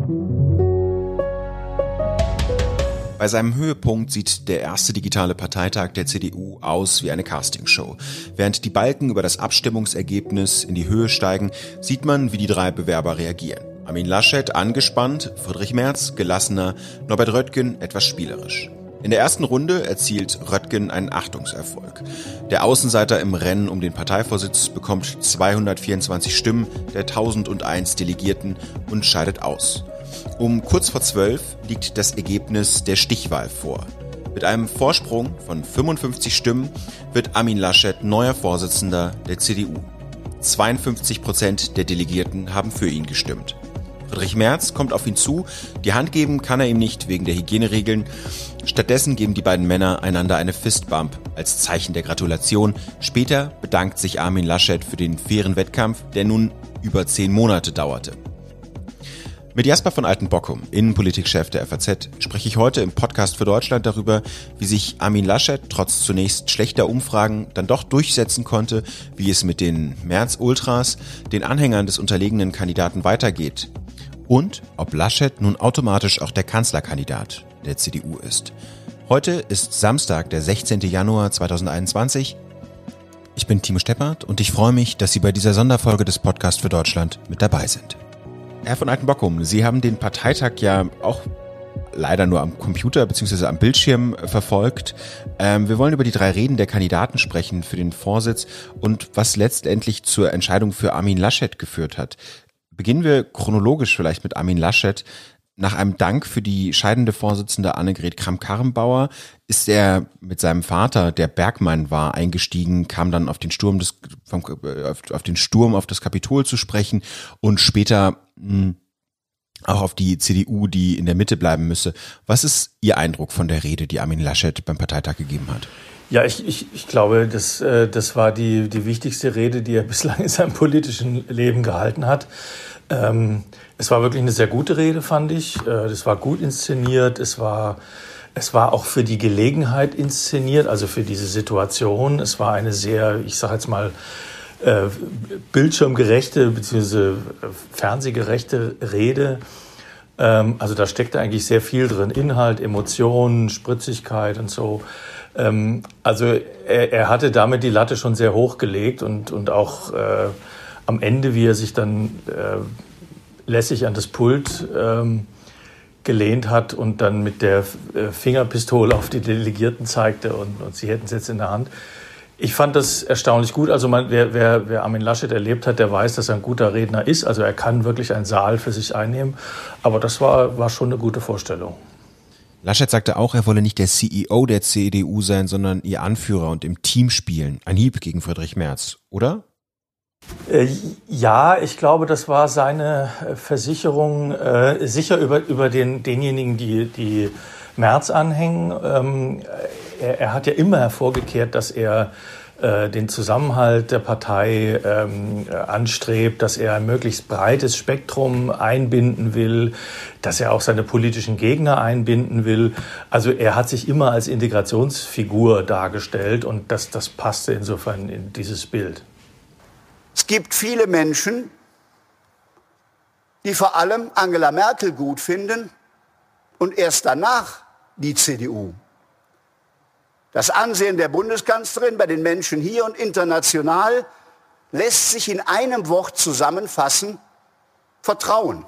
Bei seinem Höhepunkt sieht der erste digitale Parteitag der CDU aus wie eine Castingshow. Während die Balken über das Abstimmungsergebnis in die Höhe steigen, sieht man, wie die drei Bewerber reagieren. Armin Laschet angespannt, Friedrich Merz gelassener, Norbert Röttgen etwas spielerisch. In der ersten Runde erzielt Röttgen einen Achtungserfolg. Der Außenseiter im Rennen um den Parteivorsitz bekommt 224 Stimmen der 1001 Delegierten und scheidet aus. Um kurz vor 12 liegt das Ergebnis der Stichwahl vor. Mit einem Vorsprung von 55 Stimmen wird Armin Laschet neuer Vorsitzender der CDU. 52% der Delegierten haben für ihn gestimmt. Friedrich Merz kommt auf ihn zu, die Hand geben kann er ihm nicht wegen der Hygieneregeln. Stattdessen geben die beiden Männer einander eine Fistbump als Zeichen der Gratulation. Später bedankt sich Armin Laschet für den fairen Wettkampf, der nun über 10 Monate dauerte. Mit Jasper von Altenbockum, Innenpolitikchef der FAZ, spreche ich heute im Podcast für Deutschland darüber, wie sich Armin Laschet trotz zunächst schlechter Umfragen dann doch durchsetzen konnte, wie es mit den Merz-Ultras, den Anhängern des unterlegenen Kandidaten weitergeht und ob Laschet nun automatisch auch der Kanzlerkandidat der CDU ist. Heute ist Samstag, der 16. Januar 2021. Ich bin Timo Steppert und ich freue mich, dass Sie bei dieser Sonderfolge des Podcast für Deutschland mit dabei sind. Herr von Altenbockum, Sie haben den Parteitag ja auch leider nur am Computer bzw. am Bildschirm verfolgt. Wir wollen über die 3 Reden der Kandidaten sprechen für den Vorsitz und was letztendlich zur Entscheidung für Armin Laschet geführt hat. Beginnen wir chronologisch vielleicht mit Armin Laschet. Nach einem Dank für die scheidende Vorsitzende Annegret Kramp-Karrenbauer ist er mit seinem Vater, der Bergmann war, eingestiegen, kam dann auf den Sturm auf das Kapitol zu sprechen und später auch auf die CDU, die in der Mitte bleiben müsse. Was ist Ihr Eindruck von der Rede, die Armin Laschet beim Parteitag gegeben hat? Ja, ich glaube, das war die wichtigste Rede, die er bislang in seinem politischen Leben gehalten hat. Es war wirklich eine sehr gute Rede, fand ich. Das war gut inszeniert. Es war auch für die Gelegenheit inszeniert, also für diese Situation. Es war eine sehr, ich sage jetzt mal, bildschirmgerechte bzw. fernsehgerechte Rede. Also da steckte eigentlich sehr viel drin. Inhalt, Emotionen, Spritzigkeit und so. Also er hatte damit die Latte schon sehr hoch gelegt und auch am Ende, wie er sich dann lässig an das Pult gelehnt hat und dann mit der Fingerpistole auf die Delegierten zeigte und sie hätten es jetzt in der Hand. Ich fand das erstaunlich gut. Also wer Armin Laschet erlebt hat, der weiß, dass er ein guter Redner ist. Also er kann wirklich einen Saal für sich einnehmen. Aber das war schon eine gute Vorstellung. Laschet sagte auch, er wolle nicht der CEO der CDU sein, sondern ihr Anführer und im Team spielen. Ein Hieb gegen Friedrich Merz, oder? Ja, ich glaube, das war seine Versicherung, sicher über denjenigen, die Merz anhängen. Er hat ja immer hervorgekehrt, dass er den Zusammenhalt der Partei anstrebt, dass er ein möglichst breites Spektrum einbinden will, dass er auch seine politischen Gegner einbinden will. Also er hat sich immer als Integrationsfigur dargestellt und das passte insofern in dieses Bild. Es gibt viele Menschen, die vor allem Angela Merkel gut finden und erst danach die CDU. Das Ansehen der Bundeskanzlerin bei den Menschen hier und international lässt sich in einem Wort zusammenfassen: Vertrauen.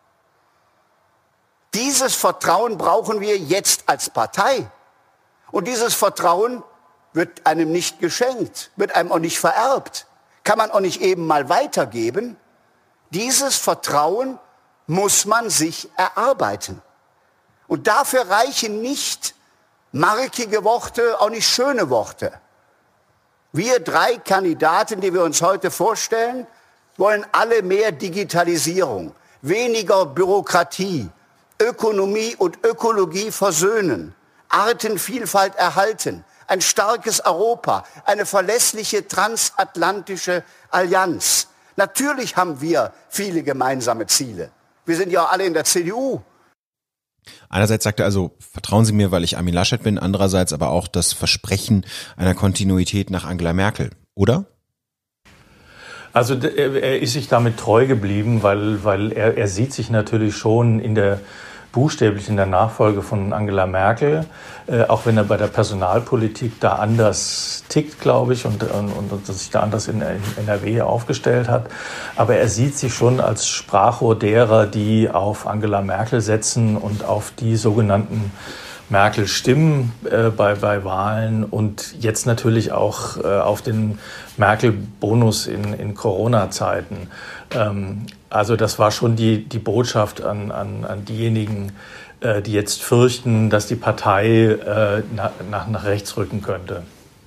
Dieses Vertrauen brauchen wir jetzt als Partei. Und dieses Vertrauen wird einem nicht geschenkt, wird einem auch nicht vererbt, kann man auch nicht eben mal weitergeben. Dieses Vertrauen muss man sich erarbeiten. Und dafür reichen nicht markige Worte, auch nicht schöne Worte. Wir 3 Kandidaten, die wir uns heute vorstellen, wollen alle mehr Digitalisierung, weniger Bürokratie, Ökonomie und Ökologie versöhnen, Artenvielfalt erhalten, ein starkes Europa, eine verlässliche transatlantische Allianz. Natürlich haben wir viele gemeinsame Ziele. Wir sind ja alle in der CDU. Einerseits sagt er also, vertrauen Sie mir, weil ich Armin Laschet bin, andererseits aber auch das Versprechen einer Kontinuität nach Angela Merkel, oder? Also er ist sich damit treu geblieben, weil er sieht sich natürlich schon buchstäblich in der Nachfolge von Angela Merkel, auch wenn er bei der Personalpolitik da anders tickt, glaube ich, und sich da anders in NRW aufgestellt hat. Aber er sieht sich schon als Sprachrohr derer, die auf Angela Merkel setzen und auf die sogenannten Merkel-Stimmen bei Wahlen und jetzt natürlich auch auf den Merkel-Bonus in Corona-Zeiten. Also das war schon die Botschaft an diejenigen, die jetzt fürchten, dass die Partei nach rechts rücken könnte.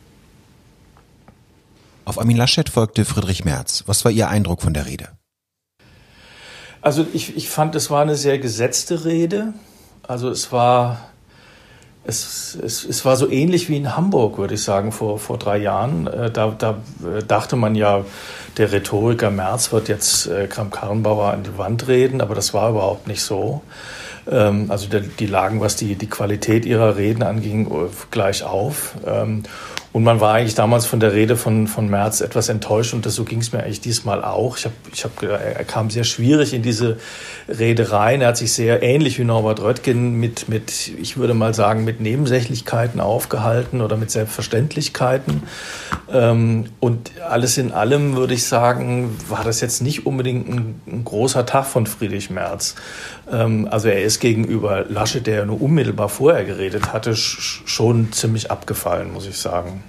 Auf Armin Laschet folgte Friedrich Merz. Was war Ihr Eindruck von der Rede? Also ich fand, es war eine sehr gesetzte Rede. Also es war so ähnlich wie in Hamburg, würde ich sagen, vor 3 Jahren. Da dachte man ja, der Rhetoriker Merz wird jetzt Kramp-Karrenbauer an die Wand reden, aber das war überhaupt nicht so. Also die lagen, was die Qualität ihrer Reden anging, gleich auf. Und man war eigentlich damals von der Rede von Merz etwas enttäuscht und so ging es mir eigentlich diesmal auch. Er kam sehr schwierig in diese Rede rein. Er hat sich sehr ähnlich wie Norbert Röttgen mit ich würde mal sagen, mit Nebensächlichkeiten aufgehalten oder mit Selbstverständlichkeiten. Und alles in allem würde ich sagen, war das jetzt nicht unbedingt ein großer Tag von Friedrich Merz. Also er ist gegenüber Laschet, der ja nur unmittelbar vorher geredet hatte, schon ziemlich abgefallen, muss ich sagen.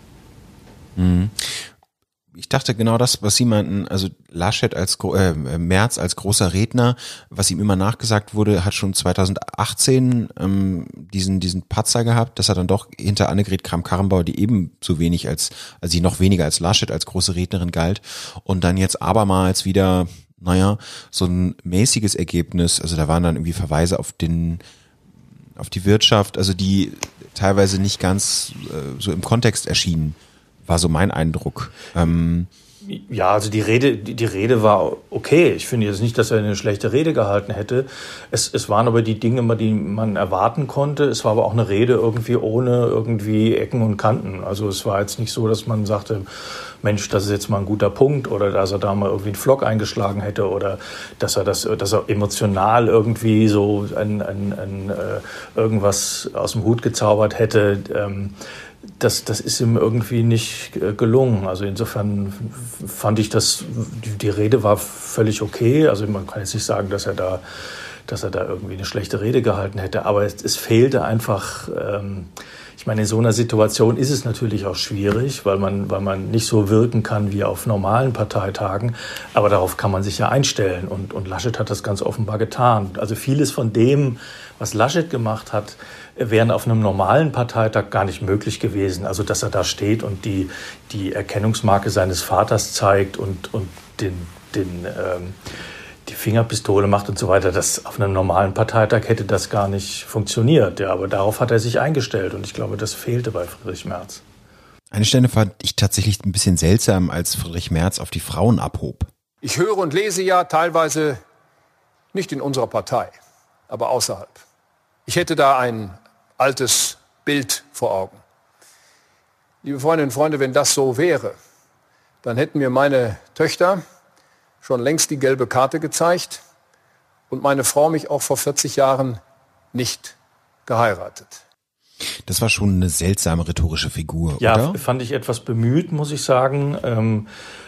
Ich dachte genau das, was Sie meinten, also Laschet Merz als großer Redner, was ihm immer nachgesagt wurde, hat schon 2018 diesen Patzer gehabt, dass er dann doch hinter Annegret Kramp-Karrenbauer, die ebenso wenig also sie noch weniger als Laschet als große Rednerin galt, und dann jetzt abermals wieder, so ein mäßiges Ergebnis, also da waren dann irgendwie Verweise auf die Wirtschaft, also die teilweise nicht ganz so im Kontext erschienen. War so mein Eindruck. Ja, also die Rede war okay. Ich finde jetzt nicht, dass er eine schlechte Rede gehalten hätte. Es waren aber die Dinge, die man erwarten konnte. Es war aber auch eine Rede irgendwie ohne irgendwie Ecken und Kanten. Also es war jetzt nicht so, dass man sagte, Mensch, das ist jetzt mal ein guter Punkt, oder dass er da mal irgendwie einen Flock eingeschlagen hätte, oder dass er emotional irgendwie so irgendwas aus dem Hut gezaubert hätte. Das ist ihm irgendwie nicht gelungen. Also insofern fand ich, die Rede war völlig okay. Also man kann jetzt nicht sagen, dass er da irgendwie eine schlechte Rede gehalten hätte. Aber es fehlte einfach, ich meine, in so einer Situation ist es natürlich auch schwierig, weil man nicht so wirken kann wie auf normalen Parteitagen. Aber darauf kann man sich ja einstellen. Und Laschet hat das ganz offenbar getan. Also vieles von dem, was Laschet gemacht hat, wären auf einem normalen Parteitag gar nicht möglich gewesen. Also dass er da steht und die Erkennungsmarke seines Vaters zeigt und die Fingerpistole macht und so weiter. Das auf einem normalen Parteitag hätte das gar nicht funktioniert. Ja, aber darauf hat er sich eingestellt und ich glaube, das fehlte bei Friedrich Merz. Eine Stelle fand ich tatsächlich ein bisschen seltsam, als Friedrich Merz auf die Frauen abhob. Ich höre und lese ja teilweise nicht in unserer Partei, aber außerhalb. Ich hätte da ein altes Bild vor Augen. Liebe Freundinnen und Freunde, wenn das so wäre, dann hätten mir meine Töchter schon längst die gelbe Karte gezeigt und meine Frau mich auch vor 40 Jahren nicht geheiratet. Das war schon eine seltsame rhetorische Figur, ja, oder? Ja, fand ich etwas bemüht, muss ich sagen.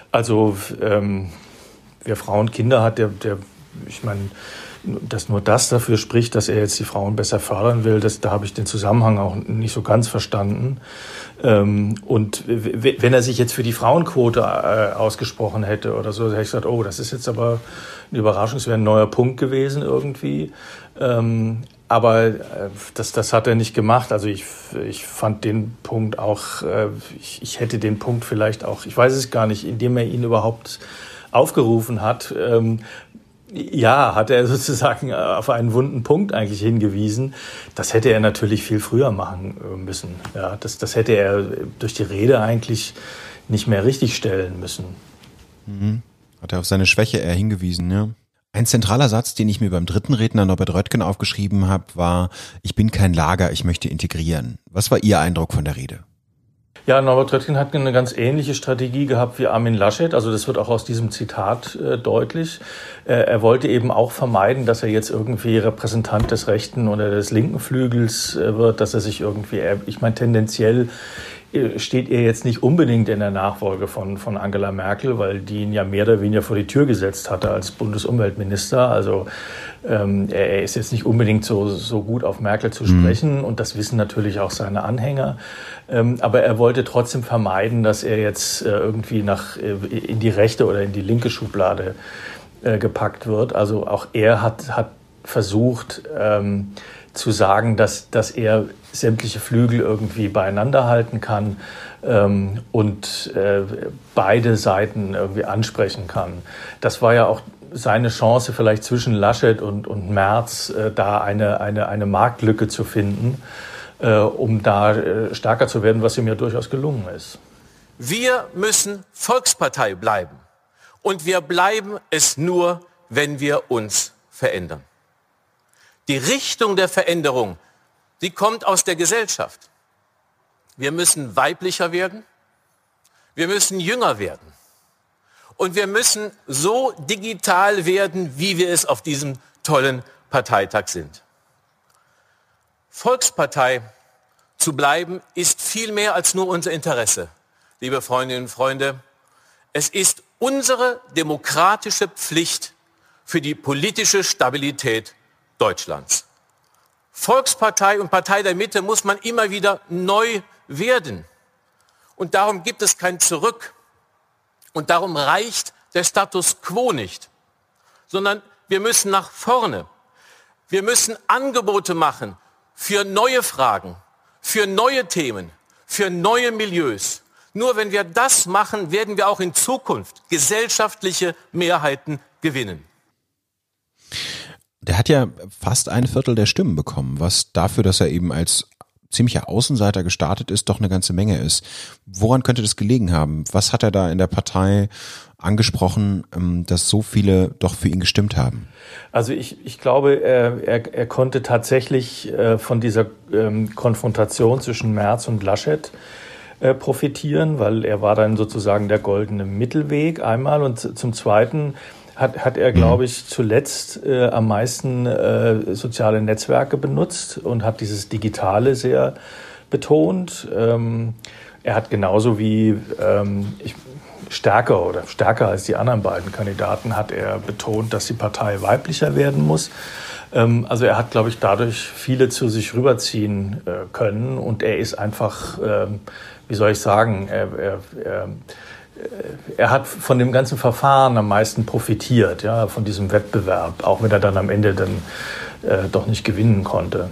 Wer Frauen und Kinder hat, ich meine, dass nur das dafür spricht, dass er jetzt die Frauen besser fördern will, da habe ich den Zusammenhang auch nicht so ganz verstanden. Und wenn er sich jetzt für die Frauenquote ausgesprochen hätte oder so, hätte ich gesagt, oh, das ist jetzt aber eine Überraschung, es wäre ein neuer Punkt gewesen irgendwie. Aber das hat er nicht gemacht. Also ich fand den Punkt auch, ich hätte den Punkt vielleicht auch, ich weiß es gar nicht, indem er ihn überhaupt aufgerufen hat, hat er sozusagen auf einen wunden Punkt eigentlich hingewiesen. Das hätte er natürlich viel früher machen müssen. Ja, das hätte er durch die Rede eigentlich nicht mehr richtig stellen müssen. Hat er auf seine Schwäche eher hingewiesen, ja. Ein zentraler Satz, den ich mir beim dritten Redner Norbert Röttgen aufgeschrieben habe, war: Ich bin kein Lager, ich möchte integrieren. Was war Ihr Eindruck von der Rede? Ja, Norbert Röttgen hat eine ganz ähnliche Strategie gehabt wie Armin Laschet. Also das wird auch aus diesem Zitat deutlich. Er wollte eben auch vermeiden, dass er jetzt irgendwie Repräsentant des rechten oder des linken Flügels wird, dass er sich irgendwie, ich meine, tendenziell steht er jetzt nicht unbedingt in der Nachfolge von Angela Merkel, weil die ihn ja mehr oder weniger vor die Tür gesetzt hatte als Bundesumweltminister. Also er ist jetzt nicht unbedingt so gut auf Merkel zu sprechen und das wissen natürlich auch seine Anhänger. Aber er wollte trotzdem vermeiden, dass er jetzt irgendwie in die rechte oder in die linke Schublade gepackt wird. Also auch er hat versucht zu sagen, dass er sämtliche Flügel irgendwie beieinander halten kann und beide Seiten irgendwie ansprechen kann. Das war ja auch seine Chance, vielleicht zwischen Laschet und Merz da eine Marktlücke zu finden, um da stärker zu werden, was ihm ja durchaus gelungen ist. Wir müssen Volkspartei bleiben. Und wir bleiben es nur, wenn wir uns verändern. Die Richtung der Veränderung, die kommt aus der Gesellschaft. Wir müssen weiblicher werden, wir müssen jünger werden und wir müssen so digital werden, wie wir es auf diesem tollen Parteitag sind. Volkspartei zu bleiben ist viel mehr als nur unser Interesse, liebe Freundinnen und Freunde. Es ist unsere demokratische Pflicht für die politische Stabilität Deutschlands. Volkspartei und Partei der Mitte muss man immer wieder neu werden. Und darum gibt es kein Zurück. Und darum reicht der Status quo nicht. Sondern wir müssen nach vorne. Wir müssen Angebote machen für neue Fragen, für neue Themen, für neue Milieus. Nur wenn wir das machen, werden wir auch in Zukunft gesellschaftliche Mehrheiten gewinnen. Der hat ja fast 1/4 der Stimmen bekommen, was dafür, dass er eben als ziemlicher Außenseiter gestartet ist, doch eine ganze Menge ist. Woran könnte das gelegen haben? Was hat er da in der Partei angesprochen, dass so viele doch für ihn gestimmt haben? Also ich glaube, er konnte tatsächlich von dieser Konfrontation zwischen Merz und Laschet profitieren, weil er war dann sozusagen der goldene Mittelweg einmal und zum Zweiten hat er, glaube ich, zuletzt am meisten soziale Netzwerke benutzt und hat dieses Digitale sehr betont. Er hat genauso wie stärker als die anderen beiden Kandidaten hat er betont, dass die Partei weiblicher werden muss. Also er hat, glaube ich, dadurch viele zu sich rüberziehen können und er ist einfach, wie soll ich sagen, er hat von dem ganzen Verfahren am meisten profitiert, ja, von diesem Wettbewerb, auch wenn er dann am Ende dann doch nicht gewinnen konnte.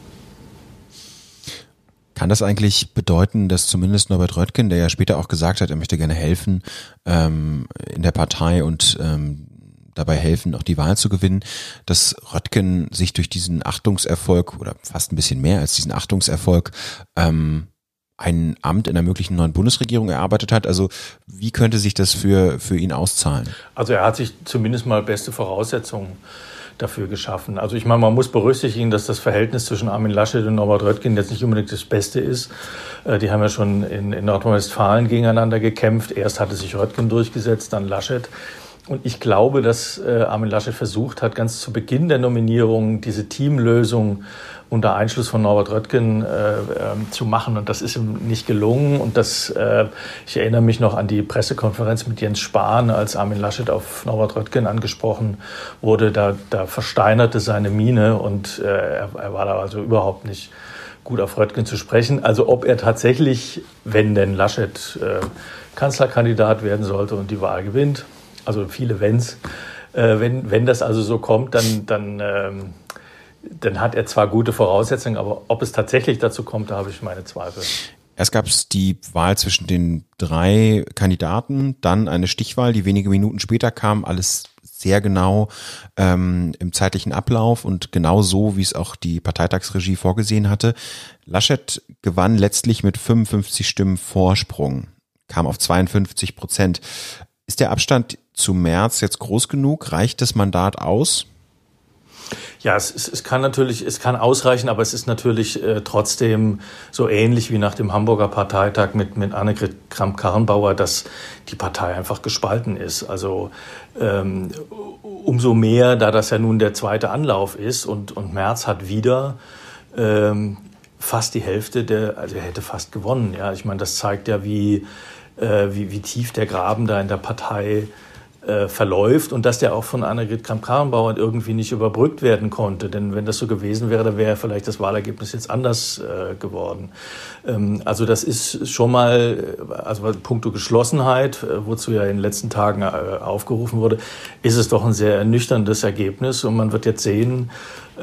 Kann das eigentlich bedeuten, dass zumindest Norbert Röttgen, der ja später auch gesagt hat, er möchte gerne helfen in der Partei und dabei helfen, auch die Wahl zu gewinnen, dass Röttgen sich durch diesen Achtungserfolg oder fast ein bisschen mehr als diesen Achtungserfolg ein Amt in einer möglichen neuen Bundesregierung erarbeitet hat? Also wie könnte sich das für ihn auszahlen? Also er hat sich zumindest mal beste Voraussetzungen dafür geschaffen. Also ich meine, man muss berücksichtigen, dass das Verhältnis zwischen Armin Laschet und Norbert Röttgen jetzt nicht unbedingt das Beste ist. Die haben ja schon in Nordrhein-Westfalen gegeneinander gekämpft. Erst hatte sich Röttgen durchgesetzt, dann Laschet. Und ich glaube, dass Armin Laschet versucht hat, ganz zu Beginn der Nominierung diese Teamlösung unter Einschluss von Norbert Röttgen zu machen. Und das ist ihm nicht gelungen. Und ich erinnere mich noch an die Pressekonferenz mit Jens Spahn, als Armin Laschet auf Norbert Röttgen angesprochen wurde. Da versteinerte seine Miene und er war da also überhaupt nicht gut auf Röttgen zu sprechen. Also ob er tatsächlich, wenn denn Laschet Kanzlerkandidat werden sollte und die Wahl gewinnt, also viele Wenns, wenn das also so kommt, dann hat er zwar gute Voraussetzungen, aber ob es tatsächlich dazu kommt, da habe ich meine Zweifel. Erst gab es die Wahl zwischen den 3 Kandidaten, dann eine Stichwahl, die wenige Minuten später kam, alles sehr genau im zeitlichen Ablauf und genau so, wie es auch die Parteitagsregie vorgesehen hatte. Laschet gewann letztlich mit 55 Stimmen Vorsprung, kam auf 52%. Ist der Abstand zu Merz jetzt groß genug? Reicht das Mandat aus? Ja, es kann ausreichen, aber es ist natürlich trotzdem so ähnlich wie nach dem Hamburger Parteitag mit Annegret Kramp-Karrenbauer, dass die Partei einfach gespalten ist. Also umso mehr, da das ja nun der zweite Anlauf ist und Merz hat wieder fast die Hälfte also er hätte fast gewonnen. Ja, ich meine, das zeigt ja, wie tief der Graben da in der Partei verläuft und dass der auch von Annegret Kramp-Karrenbauer irgendwie nicht überbrückt werden konnte. Denn wenn das so gewesen wäre, dann wäre vielleicht das Wahlergebnis jetzt anders geworden. Also das ist schon mal, also puncto Geschlossenheit, wozu ja in den letzten Tagen aufgerufen wurde, ist es doch ein sehr ernüchterndes Ergebnis. Und man wird jetzt sehen,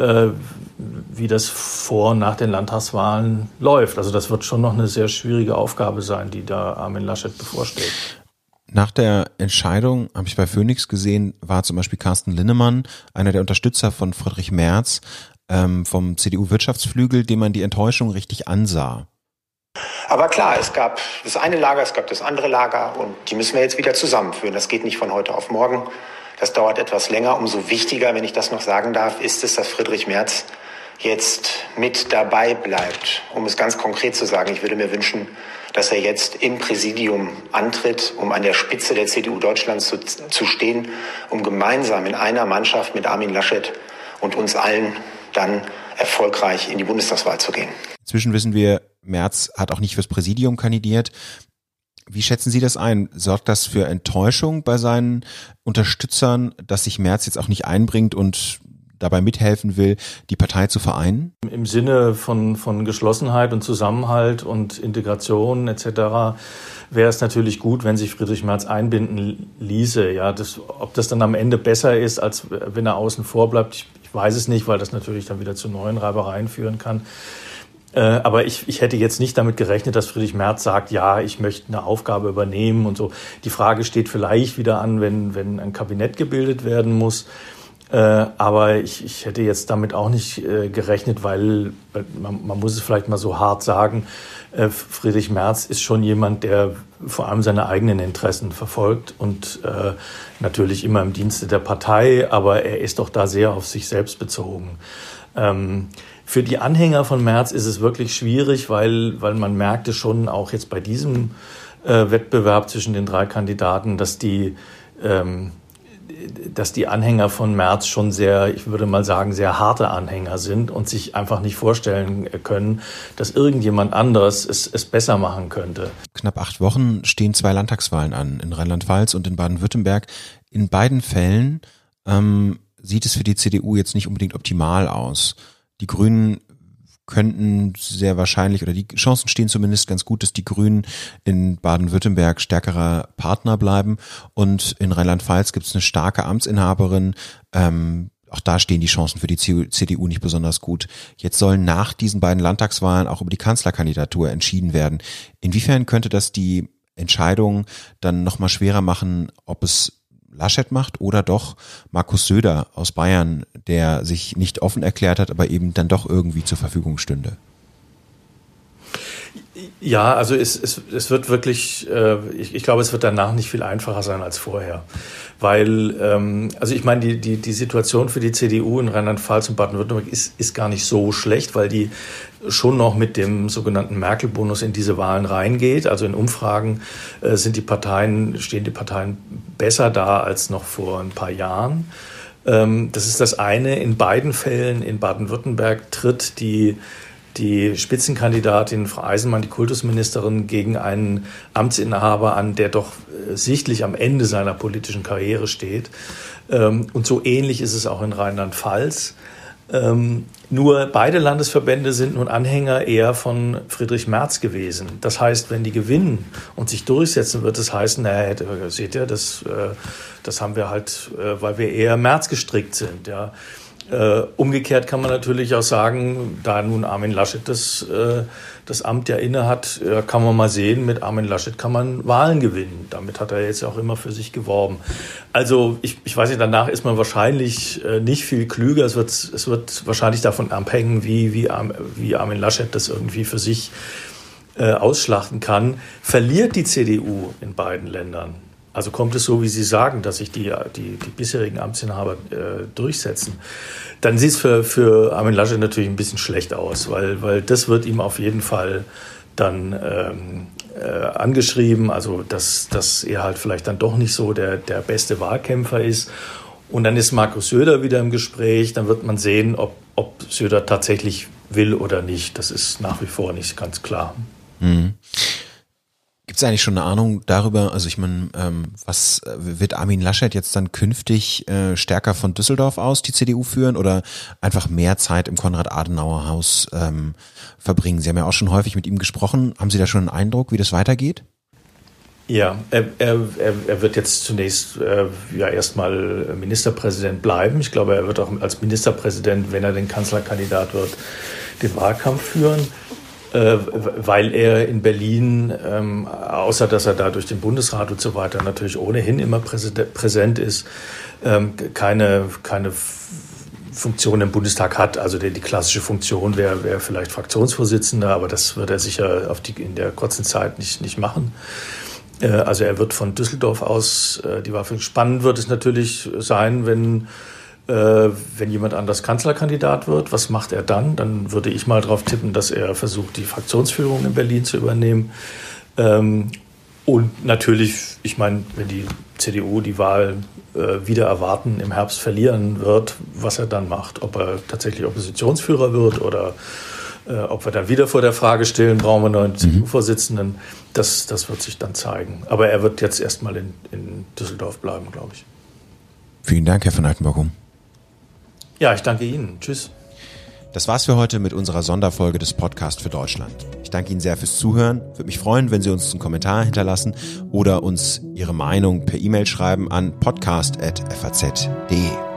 wie das vor und nach den Landtagswahlen läuft. Also das wird schon noch eine sehr schwierige Aufgabe sein, die da Armin Laschet bevorsteht. Nach der Entscheidung, habe ich bei Phoenix gesehen, war zum Beispiel Carsten Linnemann, einer der Unterstützer von Friedrich Merz, vom CDU-Wirtschaftsflügel, dem man die Enttäuschung richtig ansah. Aber klar, es gab das eine Lager, es gab das andere Lager und die müssen wir jetzt wieder zusammenführen. Das geht nicht von heute auf morgen. Das dauert etwas länger. Umso wichtiger, wenn ich das noch sagen darf, ist es, dass Friedrich Merz jetzt mit dabei bleibt. Um es ganz konkret zu sagen, ich würde mir wünschen, dass er jetzt im Präsidium antritt, um an der Spitze der CDU Deutschlands zu stehen, um gemeinsam in einer Mannschaft mit Armin Laschet und uns allen dann erfolgreich in die Bundestagswahl zu gehen. Inzwischen wissen wir, Merz hat auch nicht fürs Präsidium kandidiert. Wie schätzen Sie das ein? Sorgt das für Enttäuschung bei seinen Unterstützern, dass sich Merz jetzt auch nicht einbringt und dabei mithelfen will, die Partei zu vereinen? Im Sinne von Geschlossenheit und Zusammenhalt und Integration etc. wäre es natürlich gut, wenn sich Friedrich Merz einbinden ließe. Ja, ob das dann am Ende besser ist, als wenn er außen vor bleibt, ich weiß es nicht, weil das natürlich dann wieder zu neuen Reibereien führen kann. Aber ich hätte jetzt nicht damit gerechnet, dass Friedrich Merz sagt, ja, ich möchte eine Aufgabe übernehmen und so. Die Frage steht vielleicht wieder an, wenn ein Kabinett gebildet werden muss. Aber ich hätte jetzt damit auch nicht gerechnet, weil man muss es vielleicht mal so hart sagen, Friedrich Merz ist schon jemand, der vor allem seine eigenen Interessen verfolgt und natürlich immer im Dienste der Partei, aber er ist doch da sehr auf sich selbst bezogen. Für die Anhänger von Merz ist es wirklich schwierig, weil man merkte schon auch jetzt bei diesem Wettbewerb zwischen den drei Kandidaten, dass die Anhänger von Merz schon sehr, ich würde mal sagen, sehr harte Anhänger sind und sich einfach nicht vorstellen können, dass irgendjemand anderes es besser machen könnte. Knapp 8 Wochen stehen 2 Landtagswahlen an, in Rheinland-Pfalz und in Baden-Württemberg. In beiden Fällen sieht es für die CDU jetzt nicht unbedingt optimal aus. Die Grünen könnten sehr wahrscheinlich, oder die Chancen stehen zumindest ganz gut, dass die Grünen in Baden-Württemberg stärkerer Partner bleiben. Und in Rheinland-Pfalz gibt es eine starke Amtsinhaberin. Auch da stehen die Chancen für die CDU nicht besonders gut. Jetzt sollen nach diesen beiden Landtagswahlen auch über die Kanzlerkandidatur entschieden werden. Inwiefern könnte das die Entscheidung dann nochmal schwerer machen, ob es Laschet macht oder doch Markus Söder aus Bayern, der sich nicht offen erklärt hat, aber eben dann doch irgendwie zur Verfügung stünde? Ja, also es wird wirklich, ich glaube, es wird danach nicht viel einfacher sein als vorher. Weil, also ich meine, die Situation für die CDU in Rheinland-Pfalz und Baden-Württemberg ist gar nicht so schlecht, weil die schon noch mit dem sogenannten Merkel-Bonus in diese Wahlen reingeht. Also in Umfragen stehen die Parteien besser da als noch vor ein paar Jahren. Das ist das eine. In beiden Fällen in Baden-Württemberg tritt die Spitzenkandidatin Frau Eisenmann, die Kultusministerin, gegen einen Amtsinhaber an, der doch sichtlich am Ende seiner politischen Karriere steht. Und so ähnlich ist es auch in Rheinland-Pfalz. Nur beide Landesverbände sind nun Anhänger eher von Friedrich Merz gewesen. Das heißt, wenn die gewinnen und sich durchsetzen, wird es heißen, naja, seht ihr, das haben wir halt, weil wir eher Merz gestrickt sind, ja. Umgekehrt kann man natürlich auch sagen, da nun Armin Laschet das Amt ja innehat, kann man mal sehen, mit Armin Laschet kann man Wahlen gewinnen. Damit hat er jetzt auch immer für sich geworben. Also ich weiß nicht, danach ist man wahrscheinlich nicht viel klüger. Es wird wahrscheinlich davon abhängen, wie Armin Laschet das irgendwie für sich ausschlachten kann. Verliert die CDU in beiden Ländern, Also kommt es so, wie Sie sagen, dass sich die bisherigen Amtsinhaber durchsetzen, dann sieht es für Armin Laschet natürlich ein bisschen schlecht aus, weil das wird ihm auf jeden Fall dann angeschrieben, also dass er halt vielleicht dann doch nicht so der beste Wahlkämpfer ist. Und dann ist Markus Söder wieder im Gespräch, dann wird man sehen, ob Söder tatsächlich will oder nicht. Das ist nach wie vor nicht ganz klar. Mhm. Gibt es eigentlich schon eine Ahnung darüber, also ich meine, was wird Armin Laschet jetzt dann künftig stärker von Düsseldorf aus die CDU führen oder einfach mehr Zeit im Konrad-Adenauer-Haus verbringen? Sie haben ja auch schon häufig mit ihm gesprochen. Haben Sie da schon einen Eindruck, wie das weitergeht? Ja, er wird jetzt zunächst erstmal Ministerpräsident bleiben. Ich glaube, er wird auch als Ministerpräsident, wenn er den Kanzlerkandidat wird, den Wahlkampf führen. Weil er in Berlin, außer dass er da durch den Bundesrat und so weiter natürlich ohnehin immer präsent ist, keine Funktion im Bundestag hat. Also die klassische Funktion wäre vielleicht Fraktionsvorsitzender, aber das wird er sicher in der kurzen Zeit nicht machen. Also er wird von Düsseldorf aus die Wahl. Spannend wird es natürlich sein, wenn jemand anders Kanzlerkandidat wird, was macht er dann? Dann würde ich mal drauf tippen, dass er versucht, die Fraktionsführung in Berlin zu übernehmen. Und natürlich, ich meine, wenn die CDU die Wahl wieder erwarten im Herbst verlieren wird, was er dann macht. Ob er tatsächlich Oppositionsführer wird oder ob wir dann wieder vor der Frage stehen, brauchen wir einen neuen CDU-Vorsitzenden, das wird sich dann zeigen. Aber er wird jetzt erstmal in Düsseldorf bleiben, glaube ich. Vielen Dank, Herr von Altenbochum. Ja, ich danke Ihnen. Tschüss. Das war's für heute mit unserer Sonderfolge des Podcast für Deutschland. Ich danke Ihnen sehr fürs Zuhören. Würde mich freuen, wenn Sie uns einen Kommentar hinterlassen oder uns Ihre Meinung per E-Mail schreiben an podcast@faz.de.